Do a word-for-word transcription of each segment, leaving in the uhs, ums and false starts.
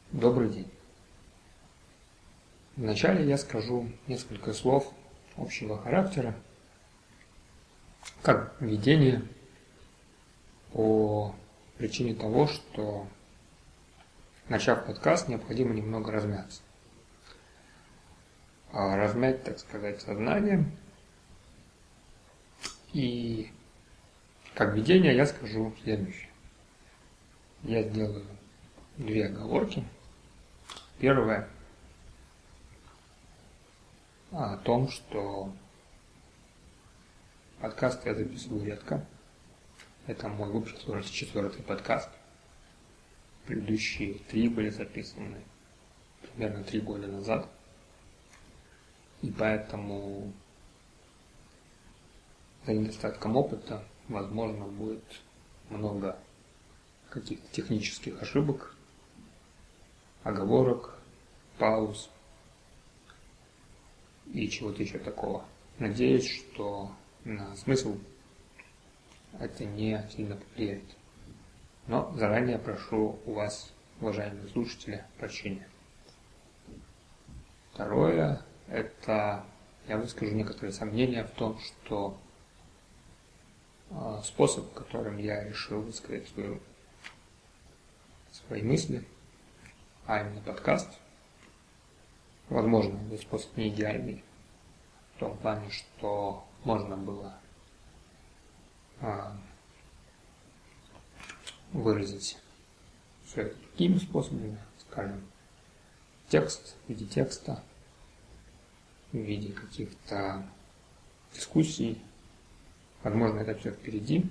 Добрый день. Вначале я скажу несколько слов общего характера, как введение по причине того, что, начав подкаст, необходимо немного размяться. А размять, так сказать, сознание. И как введение я скажу следующее. Я сделаю две оговорки. Первое о том, что подкаст я записываю редко. Это мой в общей сложности четвертый подкаст. Предыдущие три были записаны примерно три года назад. И поэтому за недостатком опыта, возможно, будет много каких-то технических ошибок, оговорок, пауз и чего-то еще такого. Надеюсь, что на смысл это не сильно повлияет. Но заранее прошу у вас, уважаемые слушатели, прощения. Второе, это я выскажу некоторые сомнения в том, что э, способ, которым я решил высказать свою, свои мысли, а именно подкаст, возможно, этот способ не идеальный, в том плане, что можно было э, выразить все это такими способами, скажем, текст в виде текста, в виде каких-то дискуссий. Возможно, это все впереди.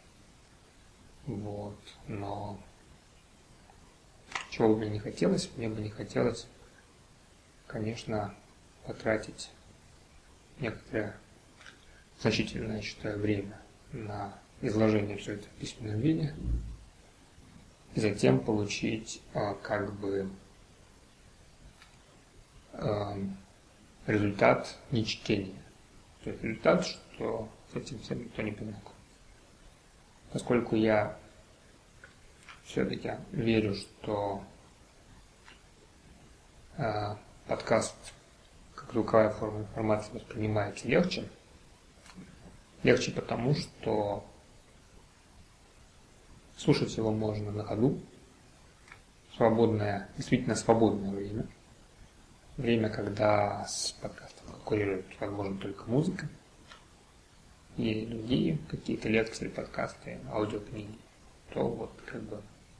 Вот. Но чего бы мне не хотелось, мне бы не хотелось, конечно, потратить некоторое значительное, я считаю, время на изложение все это в письменном виде и затем получить а, как бы а, результат не чтения. То есть результат, что с этим всем никто не познакомится. Поскольку я все-таки верю, что э, подкаст как звуковая форма информации воспринимается легче. Легче потому, что слушать его можно на ходу. Свободное, действительно свободное время. Время, когда с подкастом конкурирует, возможно, только музыка и другие какие-то лекции, подкасты, аудиокниги, то вот как бы...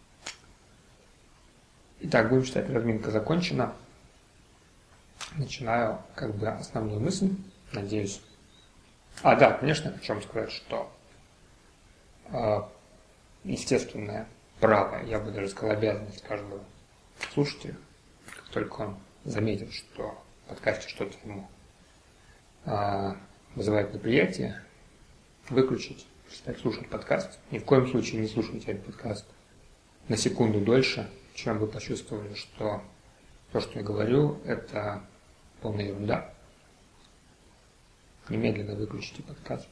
Итак, будем считать, разминка закончена. Начинаю как бы основную мысль, надеюсь. А, да, конечно, хочу вам сказать, что э, естественное право, я бы даже сказал, обязанность каждого слушателя, как только он заметил, что в подкасте что-то ему э, вызывает неприятие, выключить, перестать слушать подкаст. Ни в коем случае не слушайте этот подкаст на секунду дольше, чем вы почувствовали, что то, что я говорю, это полная ерунда. Немедленно выключите подкаст.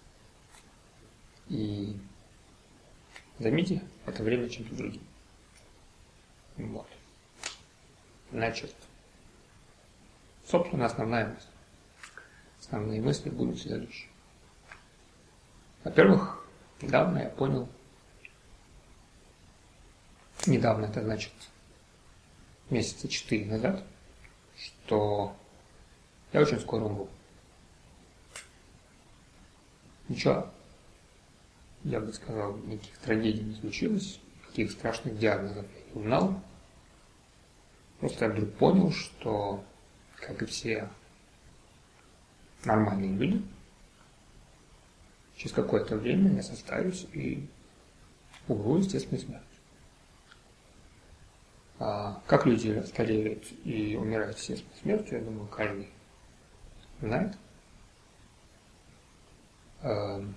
И займите это время чем-то другим. Вот. Значит, собственно, основная мысль. Основные мысли будут следующие. Во-первых, недавно я понял, недавно это значит месяца четыре назад, что я очень скоро умру. Ничего, я бы сказал, никаких трагедий не случилось, никаких страшных диагнозов я не узнал. Просто я вдруг понял, что, как и все нормальные люди, через какое-то время я состарюсь и умру естественной смертью. А как люди стареют и умирают естественной смертью, я думаю, каждый знает. А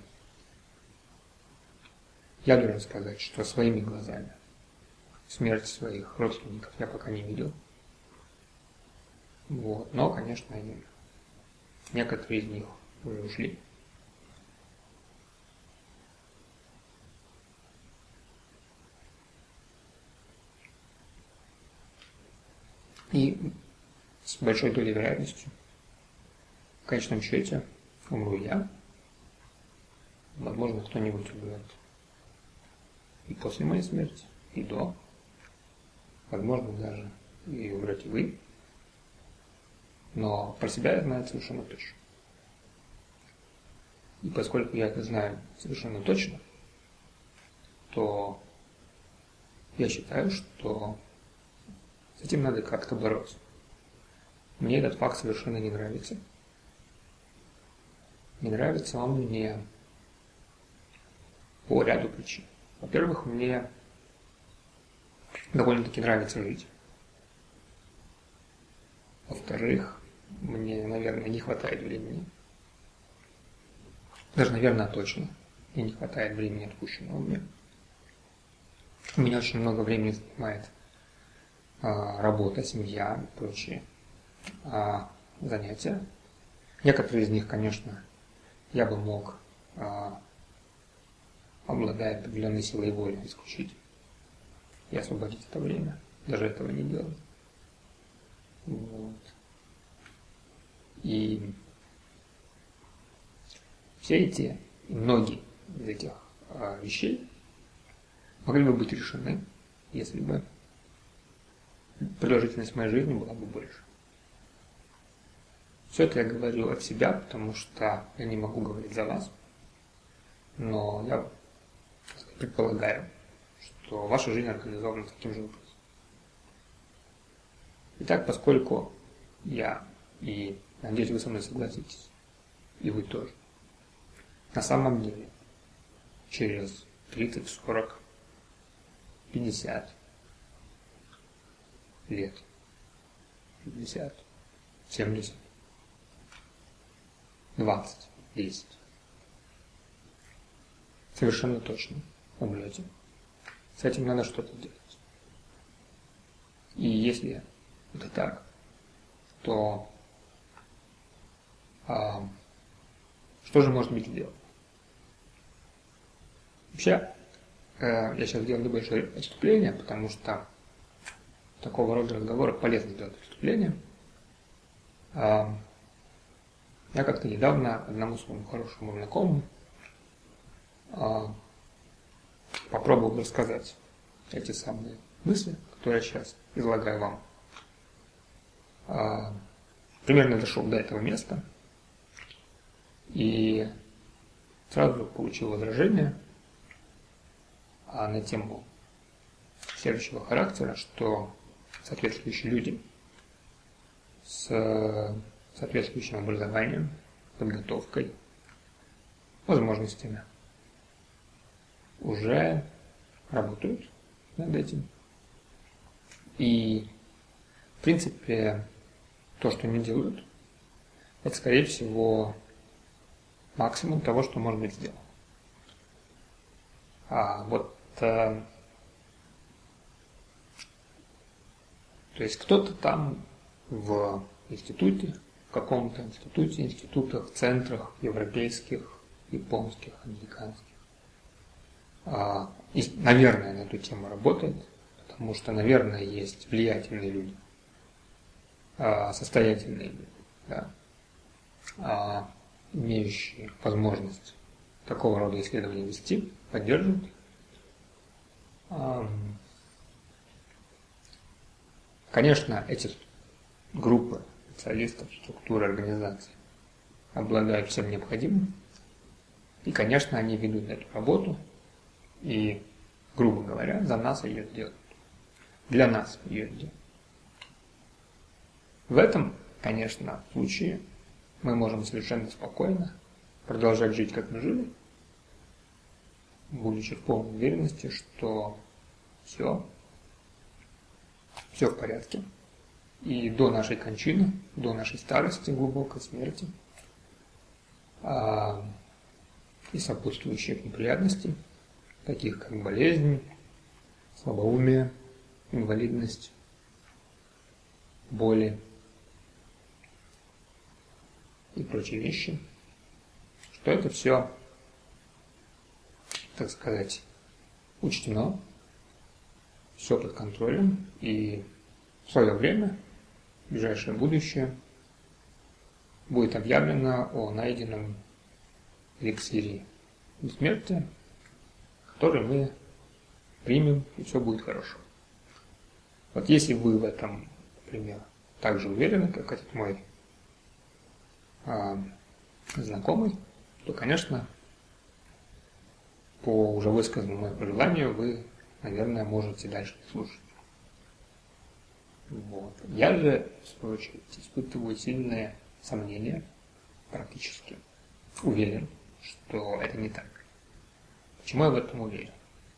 я должен сказать, что своими глазами смерть своих родственников я пока не видел. Вот. Но, конечно, они, некоторые из них уже ушли. И с большой долей вероятностью в конечном счете умру я, возможно, кто-нибудь умрет и после моей смерти, и до, возможно, даже и умрете вы, но про себя я знаю совершенно точно. И поскольку я это знаю совершенно точно, то я считаю, что с этим надо как-то бороться. Мне этот факт совершенно не нравится. Не нравится он мне по ряду причин. Во-первых, мне довольно-таки нравится жить. Во-вторых, мне, наверное, не хватает времени. Даже, наверное, точно. Мне не хватает времени, отпущенного мне. У меня очень много времени занимает а, работа, семья и прочие а, занятия. Некоторые из них, конечно, я бы мог, а, обладая определенной силой воли, исключить и освободить это время. Даже этого не делать. Вот. И все эти, и многие из этих а, вещей могли бы быть решены, если бы продолжительность моей жизни была бы больше. Все это я говорю от себя, потому что я не могу говорить за вас, но я предполагаю, что ваша жизнь организована таким же образом. Итак, поскольку я, и надеюсь, вы со мной согласитесь, и вы тоже, на самом деле через тридцать, сорок, пятьдесят лет, пятьдесят, семьдесят, двадцать, десять, совершенно точно умрете. С этим надо что-то делать. И если это так, то а, что же может быть сделано? Вообще, э, я сейчас делаю небольшое отступление, потому что такого рода разговоры полезно делать отступление. А, я как-то недавно одному своему хорошему знакомому а, попробовал рассказать эти самые мысли, которые я сейчас излагаю вам. А, примерно дошел до этого места и сразу получил возражение а, на тему следующего характера, что соответствующие люди с соответствующим образованием, подготовкой, возможностями уже работают над этим. И, в принципе, то, что они делают, это, скорее всего, максимум того, что может быть сделано. А вот, э, то есть кто-то там в институте, в каком-то институте, институтах, центрах европейских, японских, американских, а, и, наверное, на эту тему работает, потому что, наверное, есть влиятельные люди, а, состоятельные люди, да, а, имеющие возможность такого рода исследования вести, поддерживать. Конечно, эти группы специалистов, структуры, организаций обладают всем необходимым. И, конечно, они ведут эту работу и, грубо говоря, за нас ее делают. Для нас ее делают. В этом, конечно, случае мы можем совершенно спокойно продолжать жить, как мы жили, будучи в полной уверенности, что все, все в порядке. И до нашей кончины, до нашей старости, глубокой смерти а, и сопутствующих неприятностей, таких как болезнь, слабоумие, инвалидность, боли и прочие вещи, что это все, так сказать, учтено, все под контролем, и в свое время в ближайшее будущее будет объявлено о найденном эликсире бессмертия, который мы примем, и все будет хорошо. Вот если вы в этом, например, так же уверены, как этот мой э, знакомый, то, конечно, по уже высказанному желанию вы, наверное, можете дальше слушать. Вот. Я же, в свою очередь, испытываю сильные сомнения, практически уверен, что это не так. Почему я в этом уверен?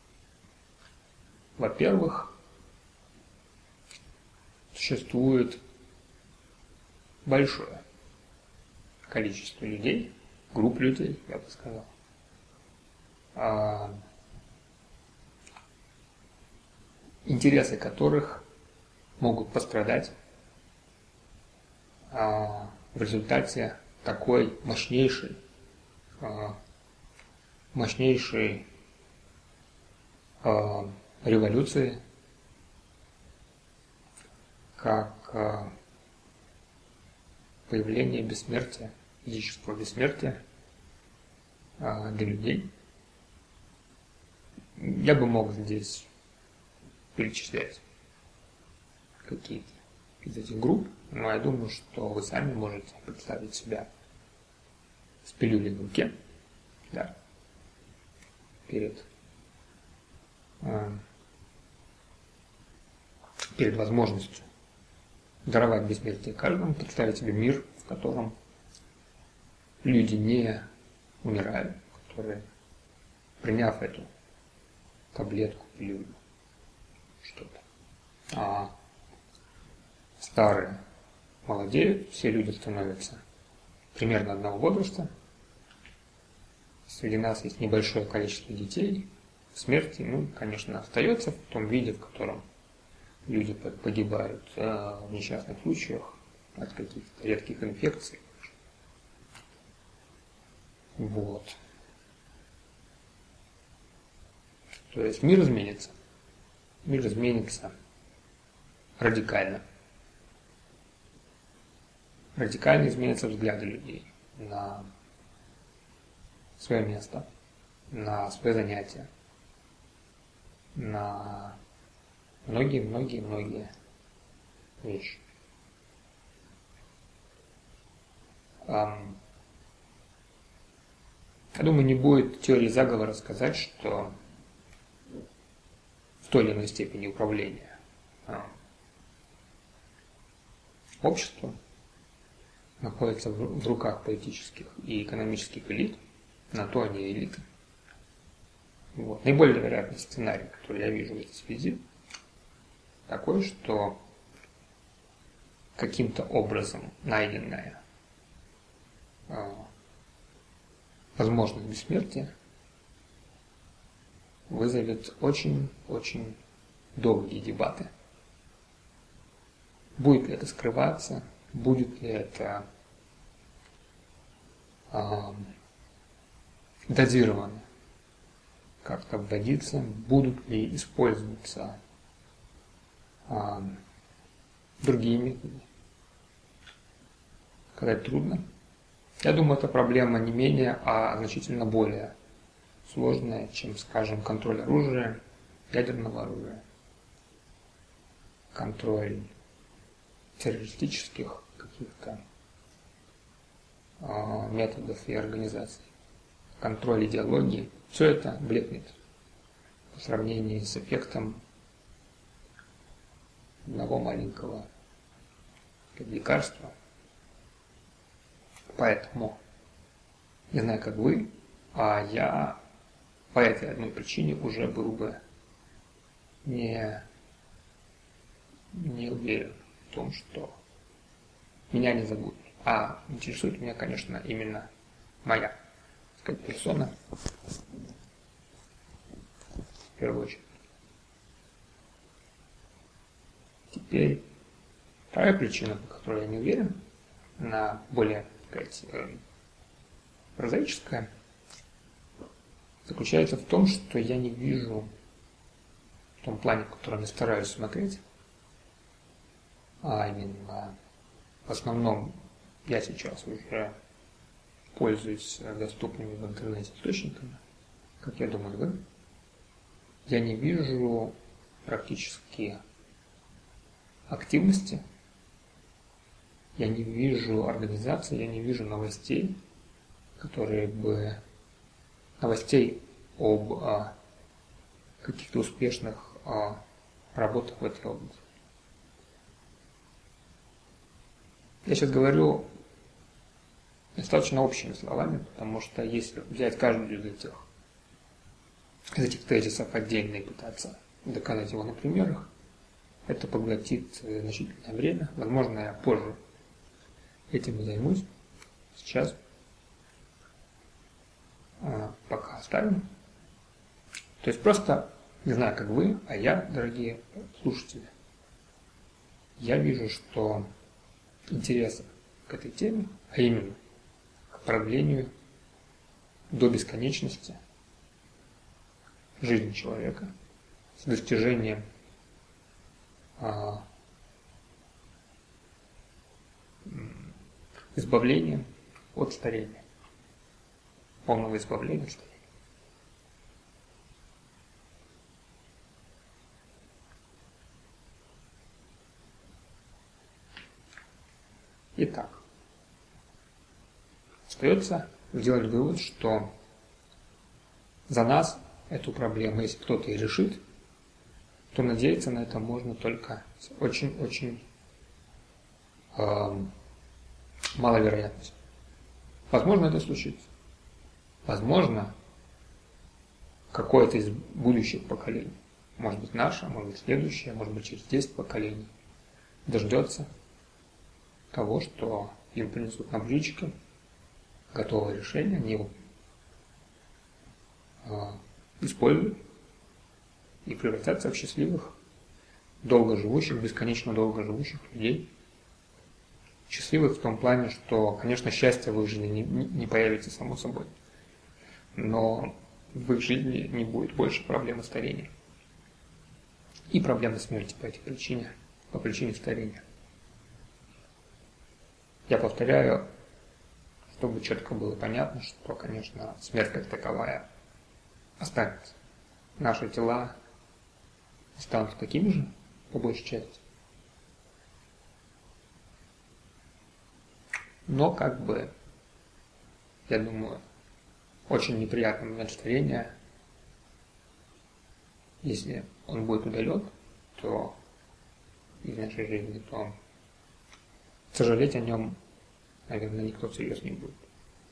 Во-первых, существует большое количество людей, групп людей, я бы сказал, интересы которых могут пострадать в результате такой мощнейшей, мощнейшей революции, как появление бессмертия, физического бессмертия для людей. Я бы мог здесь перечислять какие-то из этих групп, но я думаю, что вы сами можете представить себя с пилюлей в руке, да, перед, э, перед возможностью даровать бессмертие каждому, представить себе мир, в котором люди не умирают, которые, приняв эту таблетку, пилюлю, что-то, а старые молодеют, все люди становятся примерно одного возраста. Среди нас есть небольшое количество детей. Смерти, ну, конечно, остается в том виде, в котором люди погибают в несчастных случаях от каких-то редких инфекций. Вот. То есть мир изменится. Мир изменится радикально. Радикально изменятся взгляды людей на свое место, на свое занятие, на многие-многие-многие вещи. Я думаю, не будет теории заговора сказать, что в той или иной степени управления обществом находится в руках политических и экономических элит, на то они элиты. Вот. Наиболее вероятный сценарий, который я вижу в этой связи, такой, что каким-то образом найденная э, возможность бессмертия вызовет очень-очень долгие дебаты. Будет ли это скрываться, будет ли это э, дозировано как-то вводиться, будут ли использоваться э, другие методы. Сказать трудно. Я думаю, эта проблема не менее, а значительно более сложная, чем, скажем, контроль оружия, ядерного оружия, контроль террористических каких-то э, методов и организаций, контроль идеологии. Все это блекнет по сравнению с эффектом одного маленького лекарства. Поэтому, не знаю, как вы, а я по этой одной причине уже был бы не, не уверен в том, что меня не забудут. А интересует меня, конечно, именно моя, так сказать, персона в первую очередь. Теперь вторая причина, по которой я не уверен, на более, так сказать, прозаическая, заключается в том, что я не вижу в том плане, в котором я стараюсь смотреть, а именно в основном я сейчас уже пользуюсь доступными в интернете источниками, как я думаю, вы, я не вижу практически активности, я не вижу организации, я не вижу новостей, которые бы новостей об а, каких-то успешных а, работах в этой области. Я сейчас говорю достаточно общими словами, потому что если взять каждый из этих, из этих тезисов отдельно и пытаться доказать его на примерах, это поглотит значительное время. Возможно, я позже этим и займусь. Сейчас а, пока оставим. То есть просто, не знаю, как вы, а я, дорогие слушатели, я вижу, что интереса к этой теме, а именно к продлению до бесконечности жизни человека с достижением а, избавления от старения, полного избавления от старения. Итак, остается сделать вывод, что за нас эту проблему, если кто-то и решит, то надеяться на это можно только с очень-очень э, малой вероятностью. Возможно, это случится. Возможно, какое-то из будущих поколений, может быть наше, может быть следующее, может быть через десять поколений, дождется того, что им принесут на блюдечке готовое решение, они его э, используют и превратятся в счастливых, долгоживущих, бесконечно долгоживущих людей. Счастливых в том плане, что, конечно, счастье в их жизни не, не появится само собой, но в их жизни не будет больше проблемы старения и проблемы смерти по этой причине, по причине старения. Я повторяю, чтобы четко было понятно, что, конечно, смерть как таковая останется. Наши тела останутся такими же, по большей части. Но, как бы, я думаю, очень неприятный момент старения, если он будет удален, то из нашей жизни, то сожалеть о нем, наверное, никто всерьез не будет.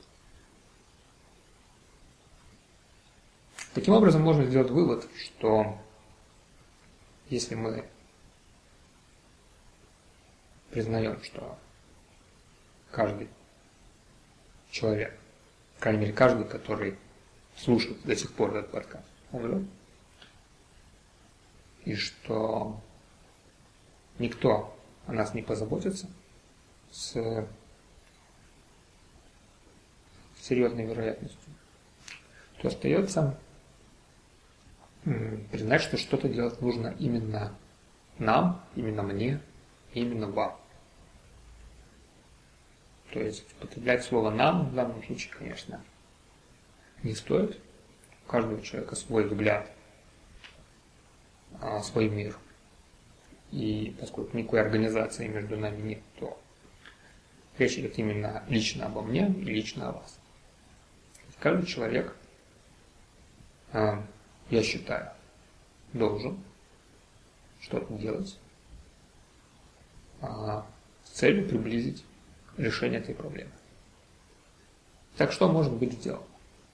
Таким образом, можно сделать вывод, что если мы признаем, что каждый человек, по крайней мере, каждый, который слушает до сих пор этот подкаст, умрет, и что никто о нас не позаботится с серьезной вероятностью, то остается признать, что что-то делать нужно именно нам, именно мне, именно вам. То есть употреблять слово «нам» в данном случае, конечно, не стоит. У каждого человека свой взгляд, свой мир. И поскольку никакой организации между нами нет, то речь идет именно лично обо мне и лично о вас. Каждый человек, я считаю, должен что-то делать с целью приблизить решение этой проблемы. Так что может быть сделано?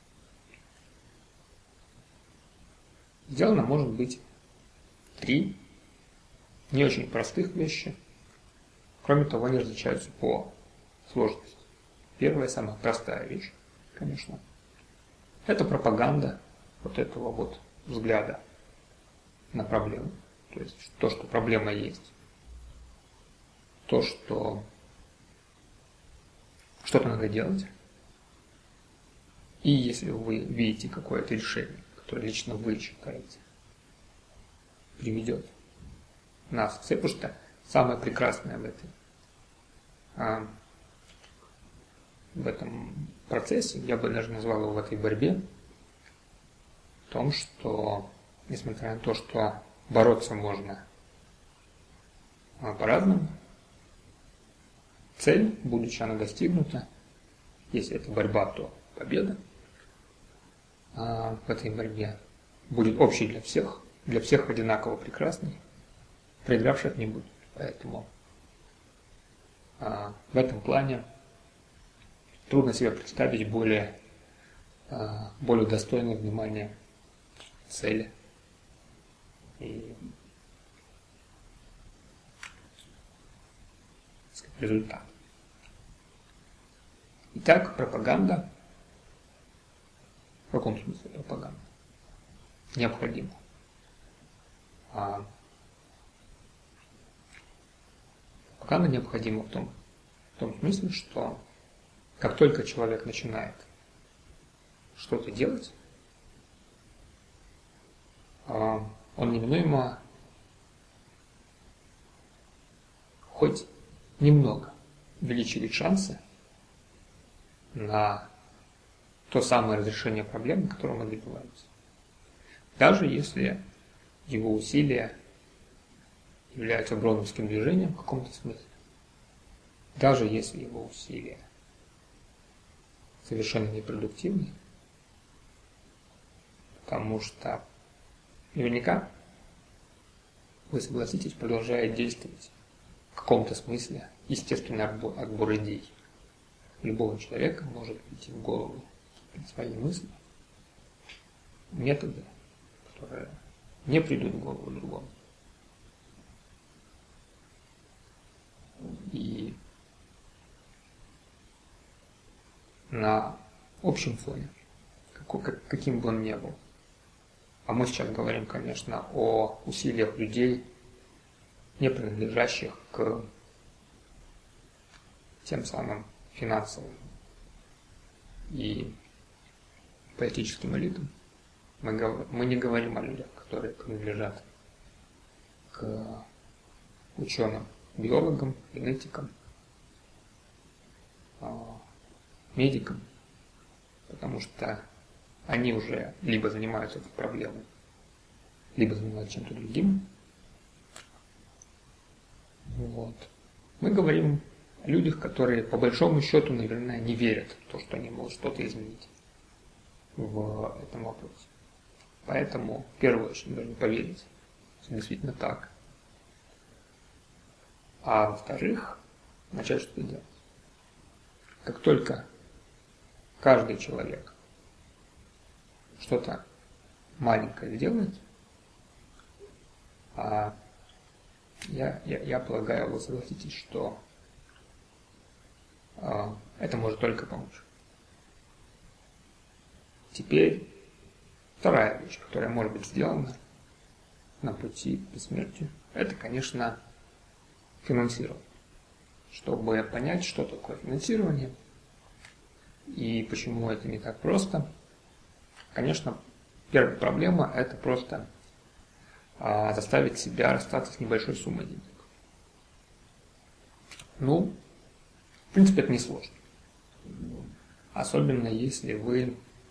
Сделано может быть три не очень простых вещи. Кроме того, они различаются по сложности. Первая, самая простая вещь, конечно, это пропаганда вот этого вот взгляда на проблему. То есть то, что проблема есть. То, что что-то надо делать. И если вы видите какое-то решение, которое лично вы считаете приведет нас к цели, потому что самое прекрасное в этой а, в этом процессе, я бы даже назвал его в этой борьбе, в том, что, несмотря на то, что бороться можно а, по-разному, цель, будучи она достигнута, если это борьба, то победа а, в этой борьбе будет общей для всех, для всех одинаково прекрасной, проигравших не будет. Поэтому а, в этом плане трудно себе представить более, а, более достойное внимания цели. И результат. Итак, пропаганда. В каком смысле пропаганда? Необходима. А пропаганда необходима в том, в том смысле, что как только человек начинает что-то делать, он неминуемо хоть немного увеличивает шансы на то самое разрешение проблемы, которого мы добиваемся. Даже если его усилия являются броуновским движением в каком-то смысле, даже если его усилия совершенно непродуктивны, потому что наверняка, вы согласитесь, продолжает действовать в каком-то смысле естественный отбор, отбор идей. Любого человека может прийти в голову свои мысли, методы, которые не придут в голову другому. И на общем фоне, каким бы он ни был, а мы сейчас говорим, конечно, о усилиях людей, не принадлежащих к тем самым финансовым и политическим элитам. Мы, мы не говорим о людях, которые принадлежат к ученым, биологам, генетикам, медикам, потому что они уже либо занимаются этой проблемой, либо занимаются чем-то другим. Вот. Мы говорим о людях, которые по большому счету, наверное, не верят в то, что они могут что-то изменить в этом вопросе. Поэтому, в первую очередь, должны поверить, что действительно так. А во-вторых, начать что-то делать. Как только каждый человек что-то маленькое сделает, а я, я, я полагаю, вы согласитесь, что а, это может только помочь. Теперь вторая вещь, которая может быть сделана на пути к бессмертию, это, конечно, финансирование. Чтобы понять, что такое финансирование и почему это не так просто, конечно, первая проблема – это просто а, заставить себя расстаться с небольшой суммой денег. Ну, в принципе, это несложно. Особенно если вы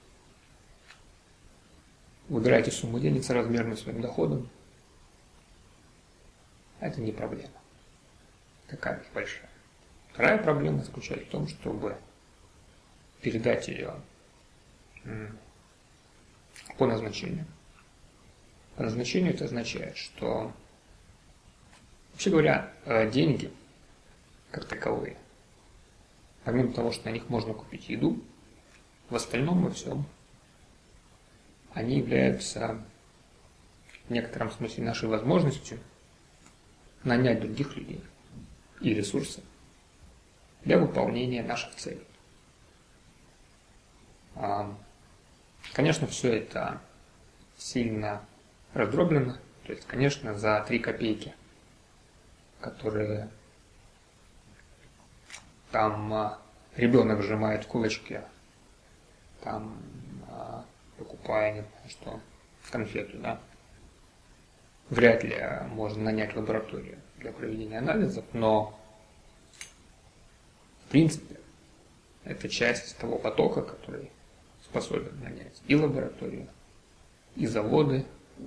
выбираете сумму денег соразмерную своим доходом, это не проблема. Такая уж большая. Вторая проблема заключается в том, чтобы передать ее по назначению. По назначению это означает, что, вообще говоря, деньги, как таковые, помимо того, что на них можно купить еду, в остальном во всем они являются в некотором смысле нашей возможностью нанять других людей и ресурсы для выполнения наших целей. Конечно, все это сильно раздроблено, то есть, конечно, за три копейки, которые там ребенок сжимает в кулачке, там покупая, не знаю что, конфету, да, вряд ли можно нанять лабораторию для проведения анализов, но В принципе, это часть того потока, который способен нанять и лабораторию, и заводы,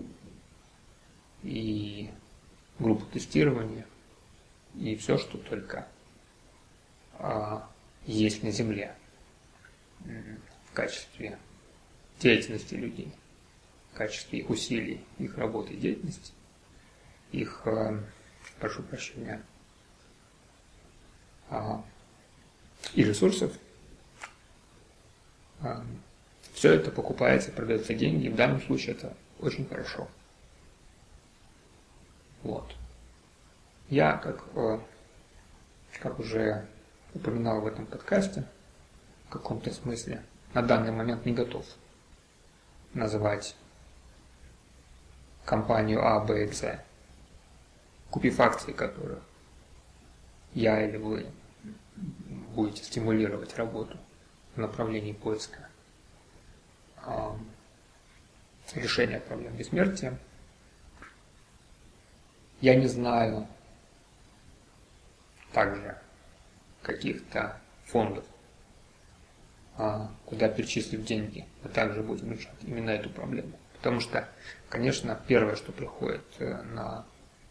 и группу тестирования, и все, что только а, есть на Земле в качестве деятельности людей, в качестве их усилий, их работы и деятельности, их, а, прошу прощения, а, и ресурсов. А, все это покупается, продается деньги, и в данном случае это очень хорошо. Вот. Я, как, как уже упоминал в этом подкасте, в каком-то смысле, на данный момент не готов называть компанию А, Б и С, купив акции которых я или вы будете стимулировать работу в направлении поиска э, решения проблем бессмертия. Я не знаю также каких-то фондов, куда перечислив деньги, мы также будем решать именно эту проблему. Потому что, конечно, первое, что приходит на,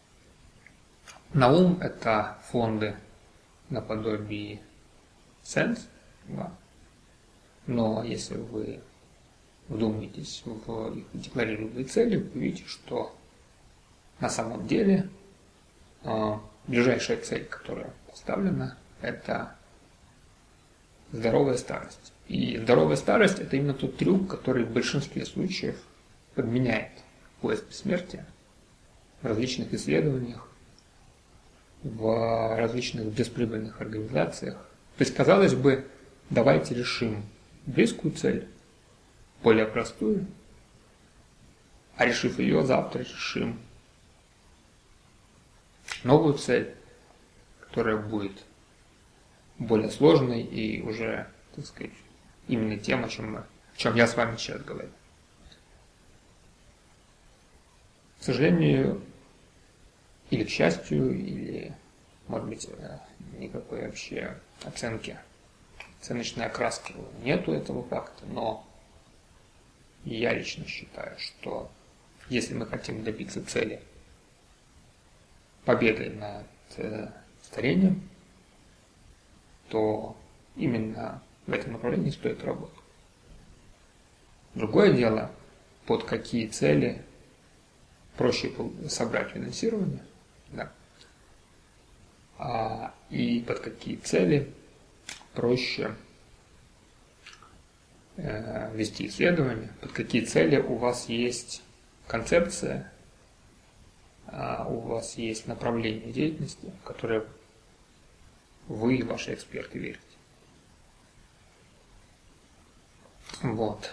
на ум, это фонды наподобие Sense, да. Но если вы вдумаетесь в их декларируемые цели, вы увидите, что на самом деле ближайшая цель, которая поставлена, это здоровая старость. И здоровая старость – это именно тот трюк, который в большинстве случаев подменяет поиск бессмертия в различных исследованиях, в различных бесприбыльных организациях. То есть, казалось бы, давайте решим близкую цель, более простую, а решив ее, завтра решим новую цель, которая будет более сложной и уже, так сказать, именно тем, о чем, мы, о чем я с вами сейчас говорю. К сожалению, или к счастью, или, может быть, никакой вообще оценки, оценочной окраски нету этого факта, но я лично считаю, что если мы хотим добиться цели победы над э, старением, то именно в этом направлении стоит работать. Другое дело, под какие цели проще собрать финансирование, да, а, и под какие цели проще э, вести исследования, под какие цели у вас есть концепция, а у вас есть направление деятельности, в которое вы и ваши эксперты верите. Вот.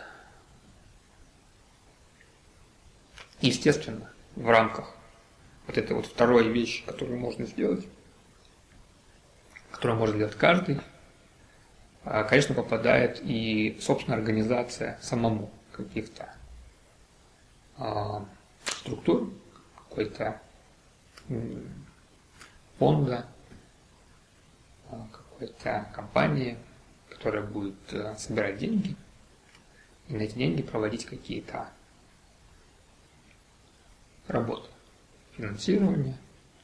Естественно, в рамках вот этой вот второй вещи, которую можно сделать, которую может сделать каждый, конечно, попадает и, собственно, организация самому каких-то а, структур, какой-то фонда, какой-то компании, которая будет собирать деньги и на эти деньги проводить какие-то работы. Финансирование,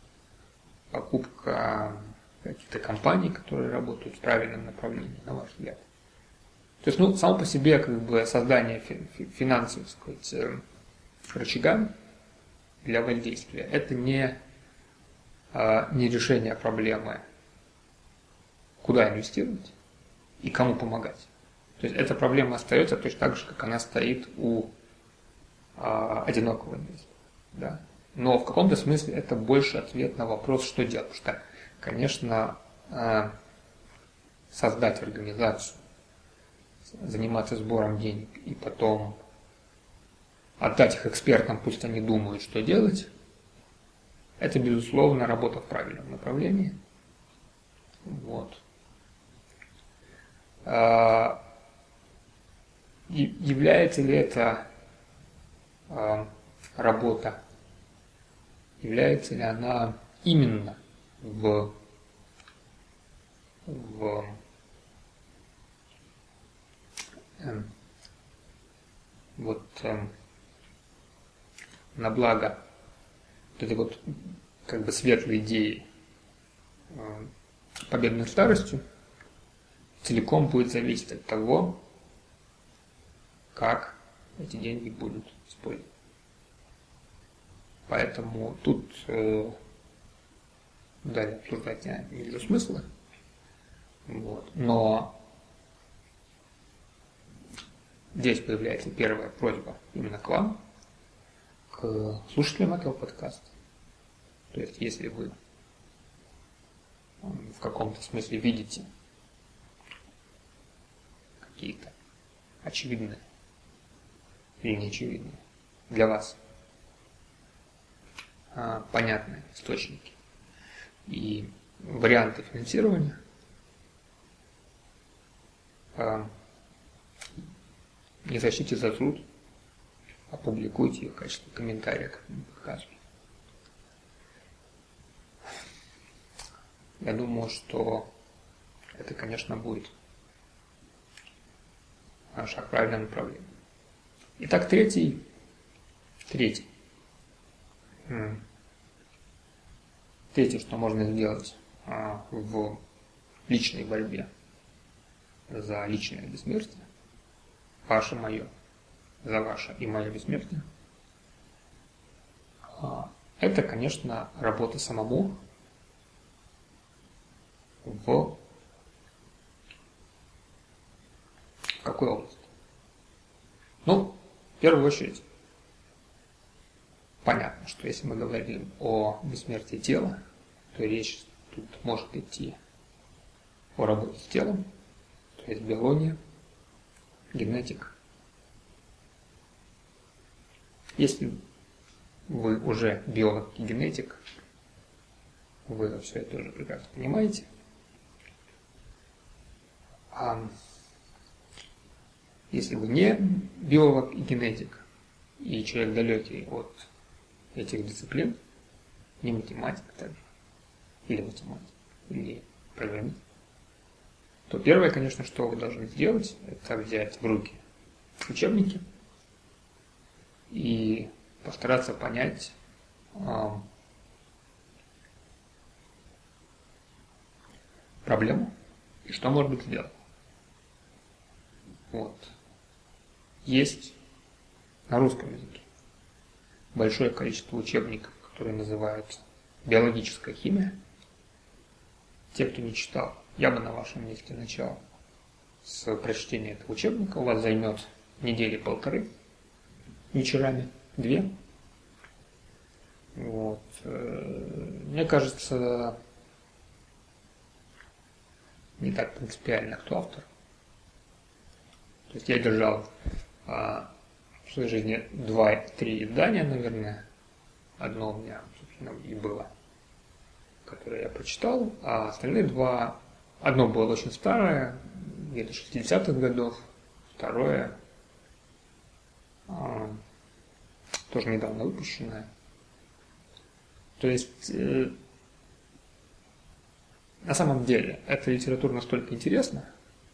покупка каких-то компаний, которые работают в правильном направлении, на ваш взгляд. То есть, ну, само по себе, как бы, создание финансовых, так сказать, рычага для воздействия, это не, не решение проблемы, куда инвестировать и кому помогать. То есть эта проблема остается точно так же, как она стоит у а, одинокого инвестора. Да? Но в каком-то смысле это больше ответ на вопрос, что делать. Потому что, конечно, а, создать организацию, заниматься сбором денег и потом отдать их экспертам, пусть они думают, что делать, это, безусловно, работа в правильном направлении. Вот. А, является ли это а, работа, является ли она именно в в э, вот э, на благо вот этой вот как бы светлой идеи э, победы над старостью целиком будет зависеть от того, как эти деньги будут использованы. Поэтому тут э, далее обсуждать я не вижу смысла. Вот. Но здесь появляется первая просьба именно к вам, к слушателям этого подкаста. То есть, если вы в каком-то смысле видите какие-то очевидные или неочевидные для вас а, понятные источники и варианты финансирования, а, не сочтите за труд, опубликуйте их в качестве комментария к этому подкасту. Я думаю, что это, конечно, будет шаг в правильном направлении. Итак, третий. Третий. Третье, что можно сделать в личной борьбе за личное бессмертие, ваше, мое, за ваше и мое бессмертие, это, конечно, работа самому в какой области? Ну, в первую очередь, понятно, что если мы говорим о бессмертии тела, то речь тут может идти о работе с телом, то есть биология, генетика. Если вы уже биолог и генетик, вы все это уже прекрасно понимаете. А если вы не биолог и генетик, и человек далекий от этих дисциплин, не математик также, или математик, или программист, то первое, конечно, что вы должны сделать, это взять в руки учебники и постараться понять э, проблему и что может быть сделано. Вот. Есть на русском языке большое количество учебников, которые называются биологическая химия. Те, кто не читал, я бы на вашем месте начал с прочтения этого учебника. У вас займет недели полторы, вечерами две. Вот. Мне кажется, не так принципиально, кто автор. То есть я держал а, в своей жизни два-три издания, наверное. Одно у меня, собственно, и было, которое я прочитал, а остальные два, одно было очень старое, где-то шестидесятых годов, второе а, тоже недавно выпущенное. То есть э, на самом деле эта литература настолько интересна,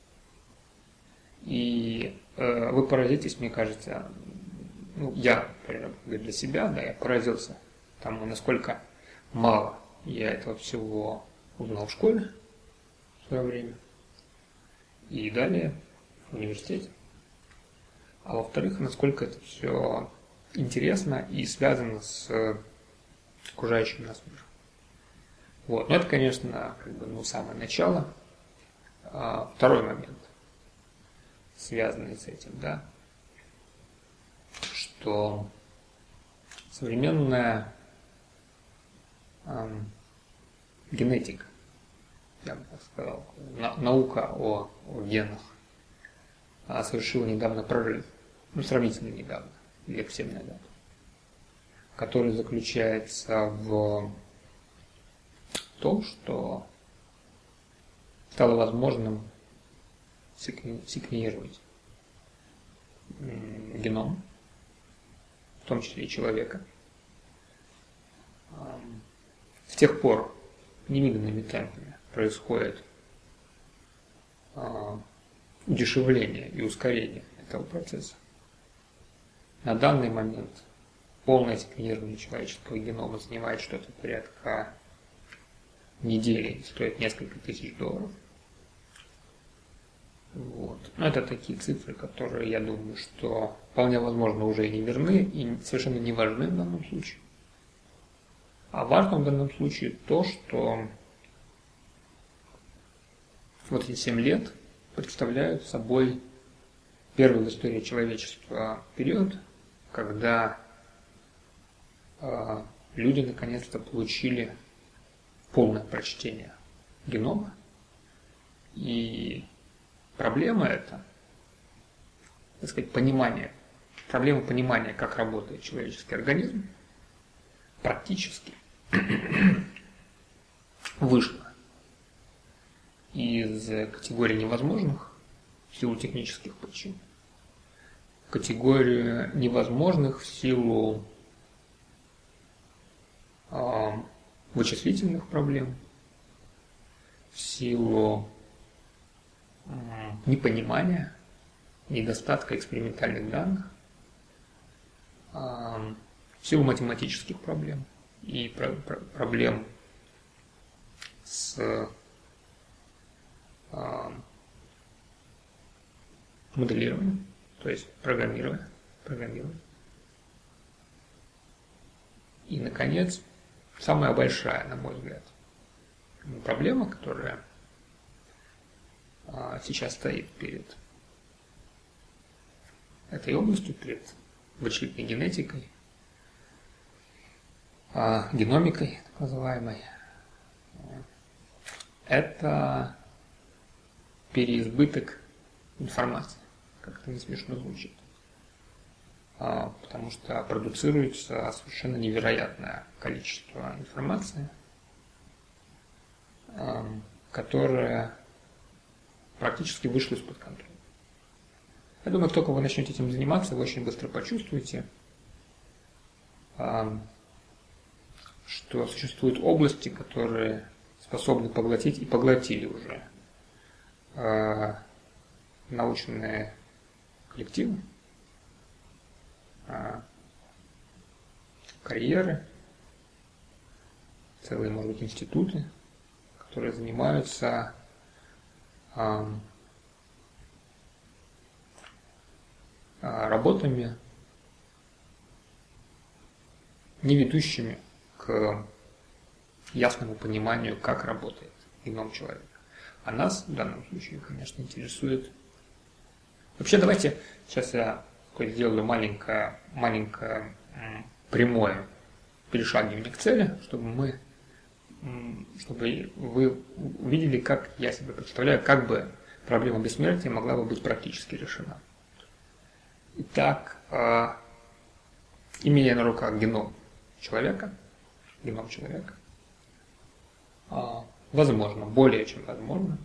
и э, вы поразитесь, мне кажется, ну, я, например, для себя, да, я поразился тому, насколько мало я этого всего узнал в школе в свое время и далее в университете. А во-вторых, насколько это все интересно и связано с окружающим нас миром. Вот. Но это, конечно, как бы, ну, самое начало. А, второй момент, связанный с этим, да, что современная эм, генетика, я бы так сказал, на, наука о, о генах а, совершила недавно прорыв, ну, сравнительно недавно, лет семь назад, который заключается в том, что стало возможным секвенировать геном, в том числе и человека, с тех пор невиданными темпами происходит удешевления и ускорения этого процесса. На данный момент полное секвенирование человеческого генома занимает что-то порядка недели, стоит несколько тысяч долларов. Вот. Но это такие цифры, которые, я думаю, что вполне возможно уже и не верны, и совершенно не важны в данном случае. А важно в данном случае то, что вот эти семь лет представляют собой первый в истории человечества период, когда э, люди наконец-то получили полное прочтение генома. И проблема эта, так сказать, понимание, проблема понимания, как работает человеческий организм, практически вышла из категории невозможных в силу технических причин в категорию невозможных в силу э, вычислительных проблем, в силу э, непонимания, недостатка экспериментальных данных, э, в силу математических проблем и про- про- проблем с э, моделированием, то есть программирование, программирование. И, наконец, самая большая, на мой взгляд, проблема, которая а, сейчас стоит перед этой областью, перед вычислительной генетикой, а, геномикой, так называемой, это переизбыток информации. Как это не смешно звучит. А, потому что продуцируется совершенно невероятное количество информации, а, которая практически вышла из-под контроля. Я думаю, как только вы начнете этим заниматься, вы очень быстро почувствуете, а, что существуют области, которые способны поглотить и поглотили уже а, научные коллективы, карьеры, целые, может быть, институты, которые занимаются а, работами, не ведущими к ясному пониманию, как работает геном человека. А нас в данном случае, конечно, интересует. Вообще, давайте сейчас я сделаю маленькое, маленькое прямое перешагивание к цели, чтобы мы, чтобы вы увидели, как я себе представляю, как бы проблема бессмертия могла бы быть практически решена. Итак, имея на руках геном человека, геном человека, возможно, более чем возможно,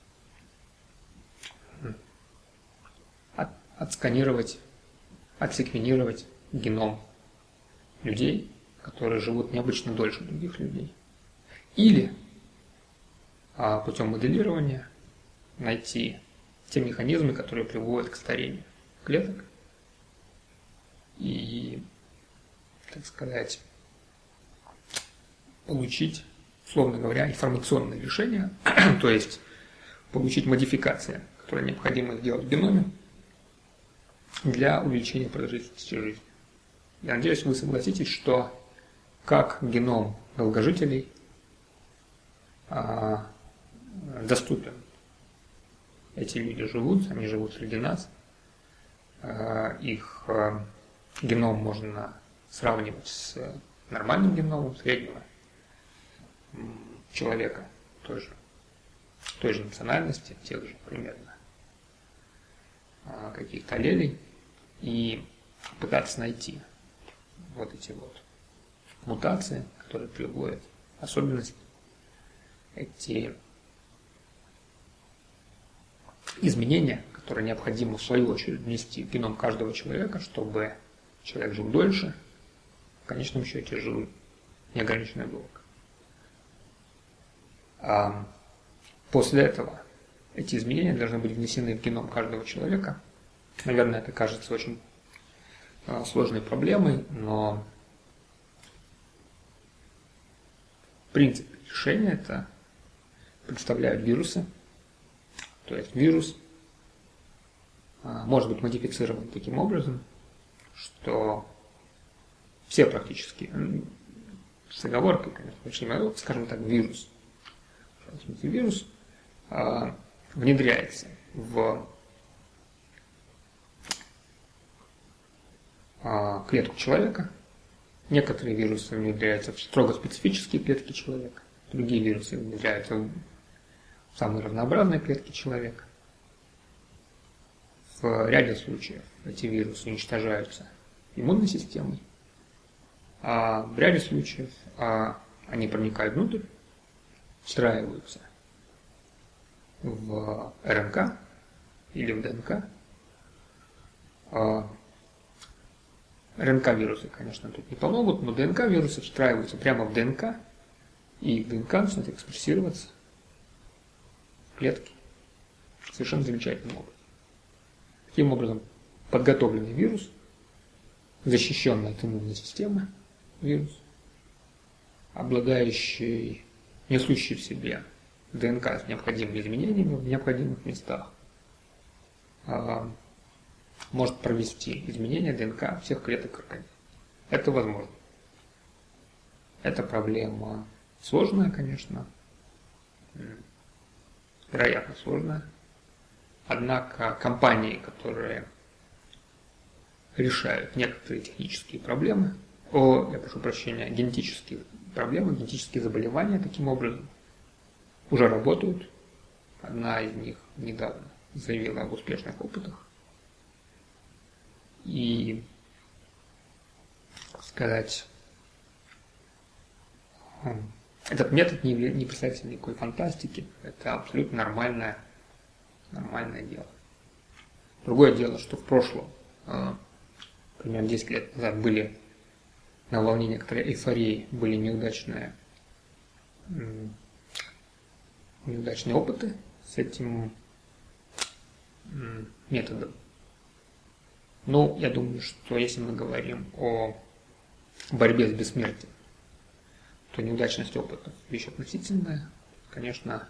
от, отсканировать, отсеквенировать геном людей, которые живут необычно дольше других людей. Или а, путем моделирования найти те механизмы, которые приводят к старению клеток и, так сказать, получить, условно говоря, информационное решение, то есть получить модификации, которые необходимо сделать в геноме для увеличения продолжительности жизни. Я надеюсь, вы согласитесь, что как геном долгожителей а, доступен. Эти люди живут, они живут среди нас. А, их а, геном можно сравнивать с нормальным геномом среднего человека той же, той же национальности, тех же примерно а, каких-то аллелей, и пытаться найти вот эти вот мутации, которые приводят, особенности, эти изменения, которые необходимо в свою очередь внести в геном каждого человека, чтобы человек жил дольше, в конечном счете жил неограниченно долго. А после этого эти изменения должны быть внесены в геном каждого человека. Наверное, это кажется очень сложной проблемой, но принцип решения это представляют вирусы. То есть вирус может быть модифицирован таким образом, что все практически, с оговоркой, конечно, скажем так, вирус, в смысле, вирус внедряется в клетку человека. Некоторые вирусы внедряются в строго специфические клетки человека, другие вирусы внедряются в самые разнообразные клетки человека. В ряде случаев эти вирусы уничтожаются иммунной системой, а в ряде случаев а, они проникают внутрь, встраиваются в РНК или в ДНК. А, РНК-вирусы, конечно, тут не помогут, но ДНК-вирусы встраиваются прямо в ДНК, и ДНК начинает экспрессироваться в клетке совершенно замечательным образом. Таким образом, подготовленный вирус, защищенный от иммунной системы вирус, обладающий, несущий в себе ДНК с необходимыми изменениями в необходимых местах, может провести изменения ДНК всех клеток организма. Это возможно. Эта проблема сложная, конечно, вероятно сложная. Однако компании, которые решают некоторые технические проблемы, о, я прошу прощения, генетические проблемы, генетические заболевания таким образом, уже работают. Одна из них недавно заявила об успешных опытах. И, так сказать, этот метод не, не представляет никакой фантастики, это абсолютно нормальное, нормальное дело. Другое дело, что в прошлом, примерно десять лет назад, были на волне некоторой эйфории, были неудачные, неудачные опыты с этим методом. Но я думаю, что если мы говорим о борьбе с бессмертием, то неудачность опытов – вещь относительная. Конечно,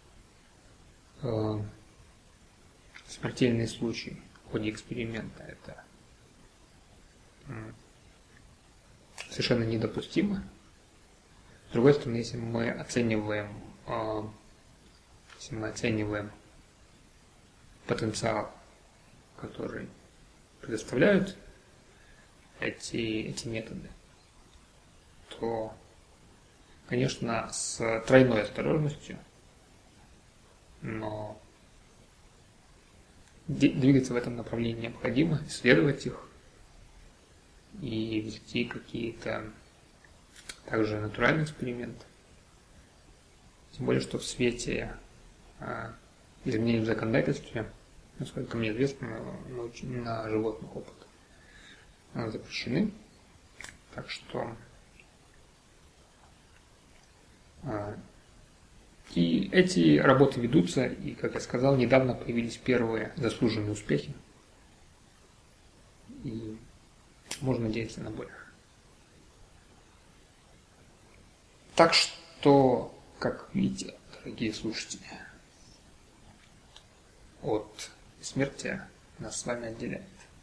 э, смертельные случаи в ходе эксперимента – это э, совершенно недопустимо. С другой стороны, если мы оцениваем, э, если мы оцениваем потенциал, который предоставляют эти, эти методы, то, конечно, с тройной осторожностью, но двигаться в этом направлении необходимо, исследовать их и вести какие-то также натуральные эксперименты. Тем более, что в свете а, изменений в законодательстве, насколько мне известно, на, на животных опыты запрещены. Так что а, и эти работы ведутся, и, как я сказал, недавно появились первые заслуженные успехи. И можно надеяться на больше. Так что, как видите, дорогие слушатели, от бессмертия нас с вами отделяет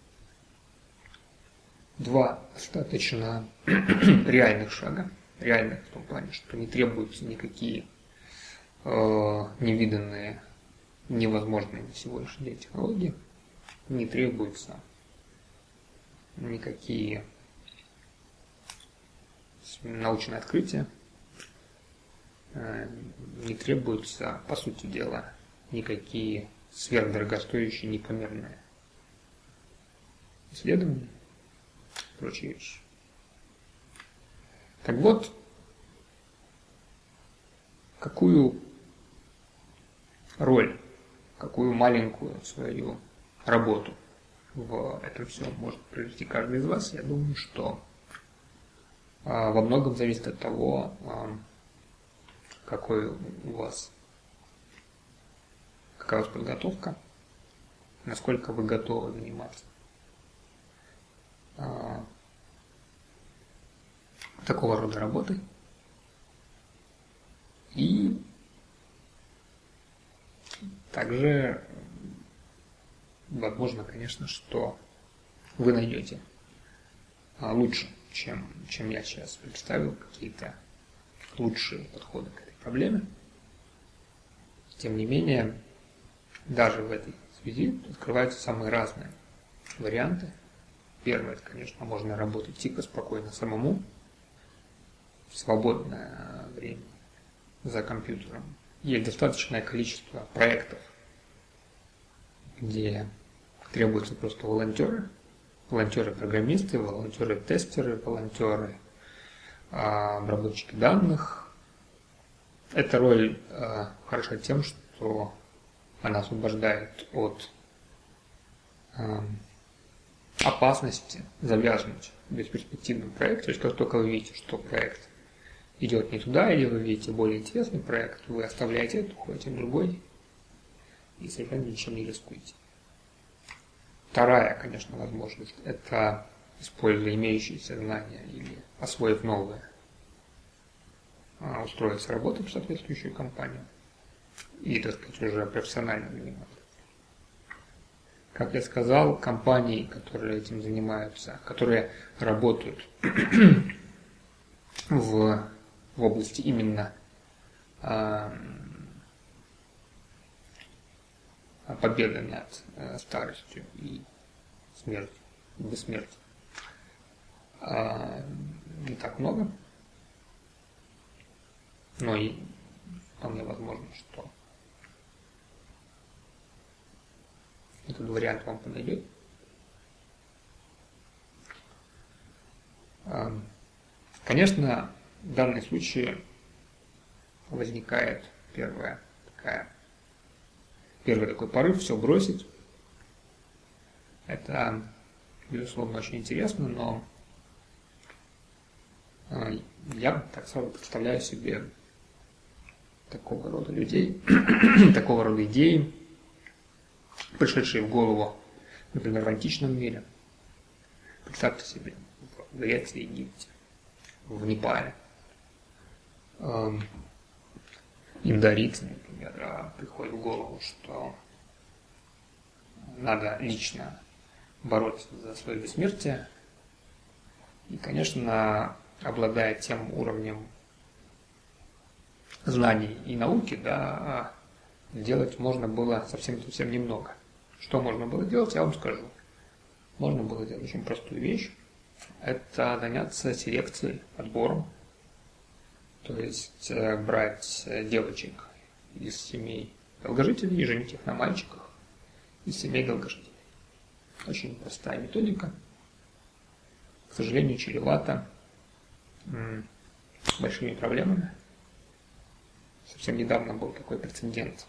два достаточно реальных шага, реальных в том плане, что не требуются никакие э, невиданные, невозможные на сегодняшний день технологии, не требуются никакие научные открытия, э, не требуются, по сути дела, никакие сверхдорогостоящие, непомерные исследования, прочие вещи. Так вот, какую роль, какую маленькую свою работу в этом всем может провести каждый из вас, я думаю, что а, во многом зависит от того, а, какой у вас какая у вас подготовка, насколько вы готовы заниматься а, такого рода работой. И также возможно, конечно, что вы найдете лучше, чем, чем я сейчас представил, какие-то лучшие подходы к этой проблеме. Тем не менее, даже в этой связи открываются самые разные варианты. Первое, это, конечно, можно работать тихо, спокойно самому, в свободное время за компьютером. Есть достаточное количество проектов, где требуются просто волонтеры, волонтеры-программисты, волонтеры-тестеры, волонтеры, обработчики данных. Эта роль э, хороша тем, что она освобождает от э, опасности завязнуть в бесперспективном проекте. То есть, как только вы видите, что проект идет не туда, или вы видите более интересный проект, вы оставляете это, уходите в другой и совершенно ничем не рискуете. Вторая, конечно, возможность – это, используя имеющиеся знания или освоив новые, устроиться работать в соответствующую компанию и, так сказать, уже профессионально заниматься. Как я сказал, компании, которые этим занимаются, которые работают в, в области именно э, победы над э, старостью и смертью, бессмертием, э, не так много. Но и вполне возможно, что этот вариант вам подойдет. Конечно, в данном случае возникает первая такая, первый такой порыв все бросить. Это, безусловно, очень интересно, но я так сразу представляю себе такого рода людей, такого рода идеи, пришедшие в голову, например, в античном мире. Представьте себе, в Греции, Египте, в Непале. Индорийцы, например, приходит в голову, что надо лично бороться за свое бессмертие. И, конечно, обладая тем уровнем знаний и науки, да, делать можно было совсем-совсем немного. Что можно было делать, я вам скажу. Можно было делать очень простую вещь. Это заняться селекцией, отбором. То есть брать девочек из семей долгожителей и женить их на мальчиках из семей долгожителей. Очень простая методика. К сожалению, чревата м, большими проблемами. Совсем недавно был такой прецедент.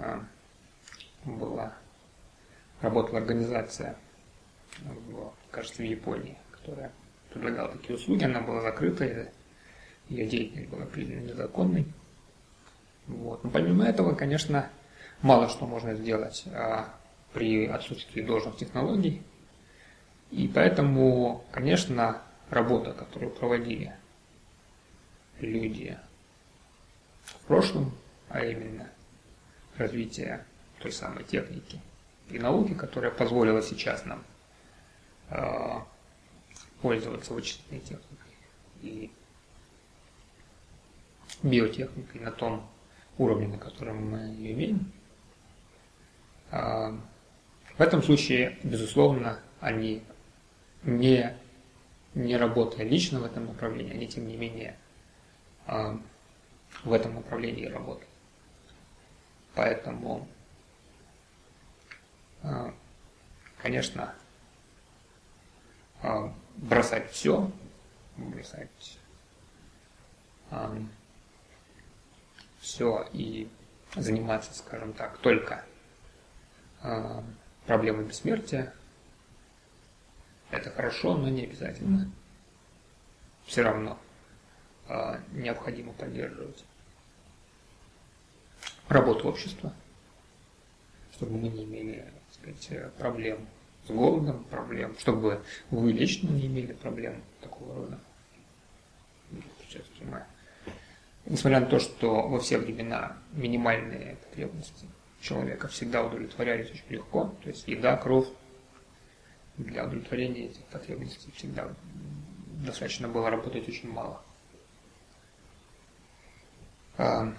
Была, работала организация, кажется, в Японии, которая предлагала такие услуги. Она была закрыта, ее деятельность была признана незаконной. Вот. Но помимо этого, конечно, мало что можно сделать а, при отсутствии должных технологий. И поэтому, конечно, работа, которую проводили люди в прошлом, а именно развитие той самой техники и науки, которая позволила сейчас нам э, пользоваться вычислительной техникой и биотехникой на том уровне, на котором мы ее имеем. Э, в этом случае, безусловно, они не, не работая лично в этом направлении, они, тем не менее, э, в этом направлении работают. Поэтому, конечно, бросать все, бросать все и заниматься, скажем так, только проблемой бессмертия, это хорошо, но не обязательно. Все равно необходимо поддерживать работу общества, чтобы мы не имели, так сказать, проблем с голодом, проблем, чтобы вы лично не имели проблем такого рода. Сейчас понимаю. Несмотря на то, что во все времена минимальные потребности человека всегда удовлетворялись очень легко, то есть еда, кровь, для удовлетворения этих потребностей всегда достаточно было работать очень мало. Но,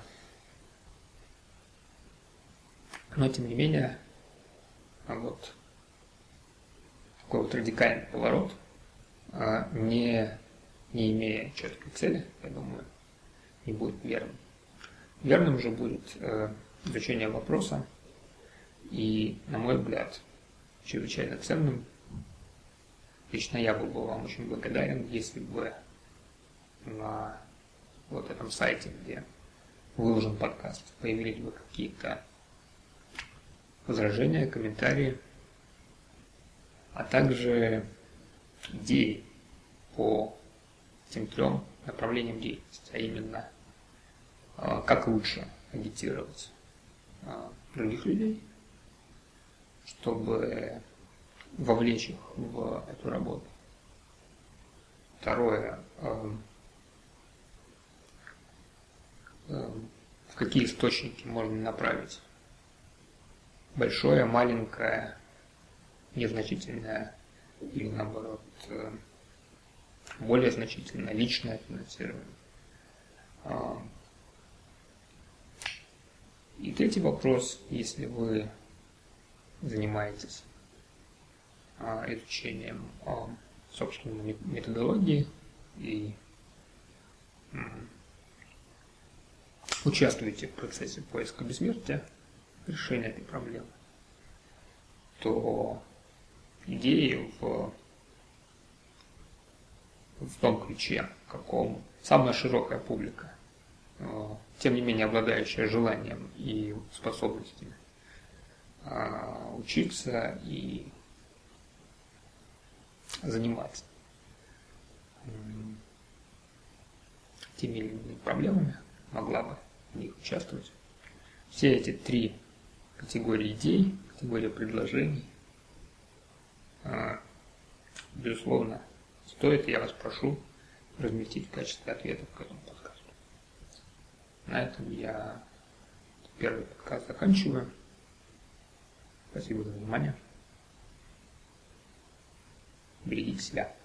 тем не менее, вот такой вот радикальный поворот, не, не имея четкой цели, я думаю, не будет верным. Верным же будет изучение вопроса и, на мой взгляд, чрезвычайно ценным. Лично я был бы вам очень благодарен, если бы на вот этом сайте, где выложен подкаст, появились бы какие-то возражения, комментарии, а также идеи по этим трем направлениям деятельности, а именно как лучше агитировать других людей, чтобы вовлечь их в эту работу. Второе, в какие источники можно направить большое, маленькое, незначительное или наоборот более значительное личное финансирование. И третий вопрос, если вы занимаетесь изучением собственной методологии и участвуете в процессе поиска бессмертия, решения этой проблемы, то идеи в, в том ключе, в каком самая широкая публика, тем не менее обладающая желанием и способностями учиться и заниматься теми или иными проблемами, могла бы в них участвовать. Все эти три категории идей, категории предложений, безусловно, стоит, я вас прошу, разместить в качестве ответов к этому подкасту. На этом я первый подкаст заканчиваю. Спасибо за внимание. Берегите себя.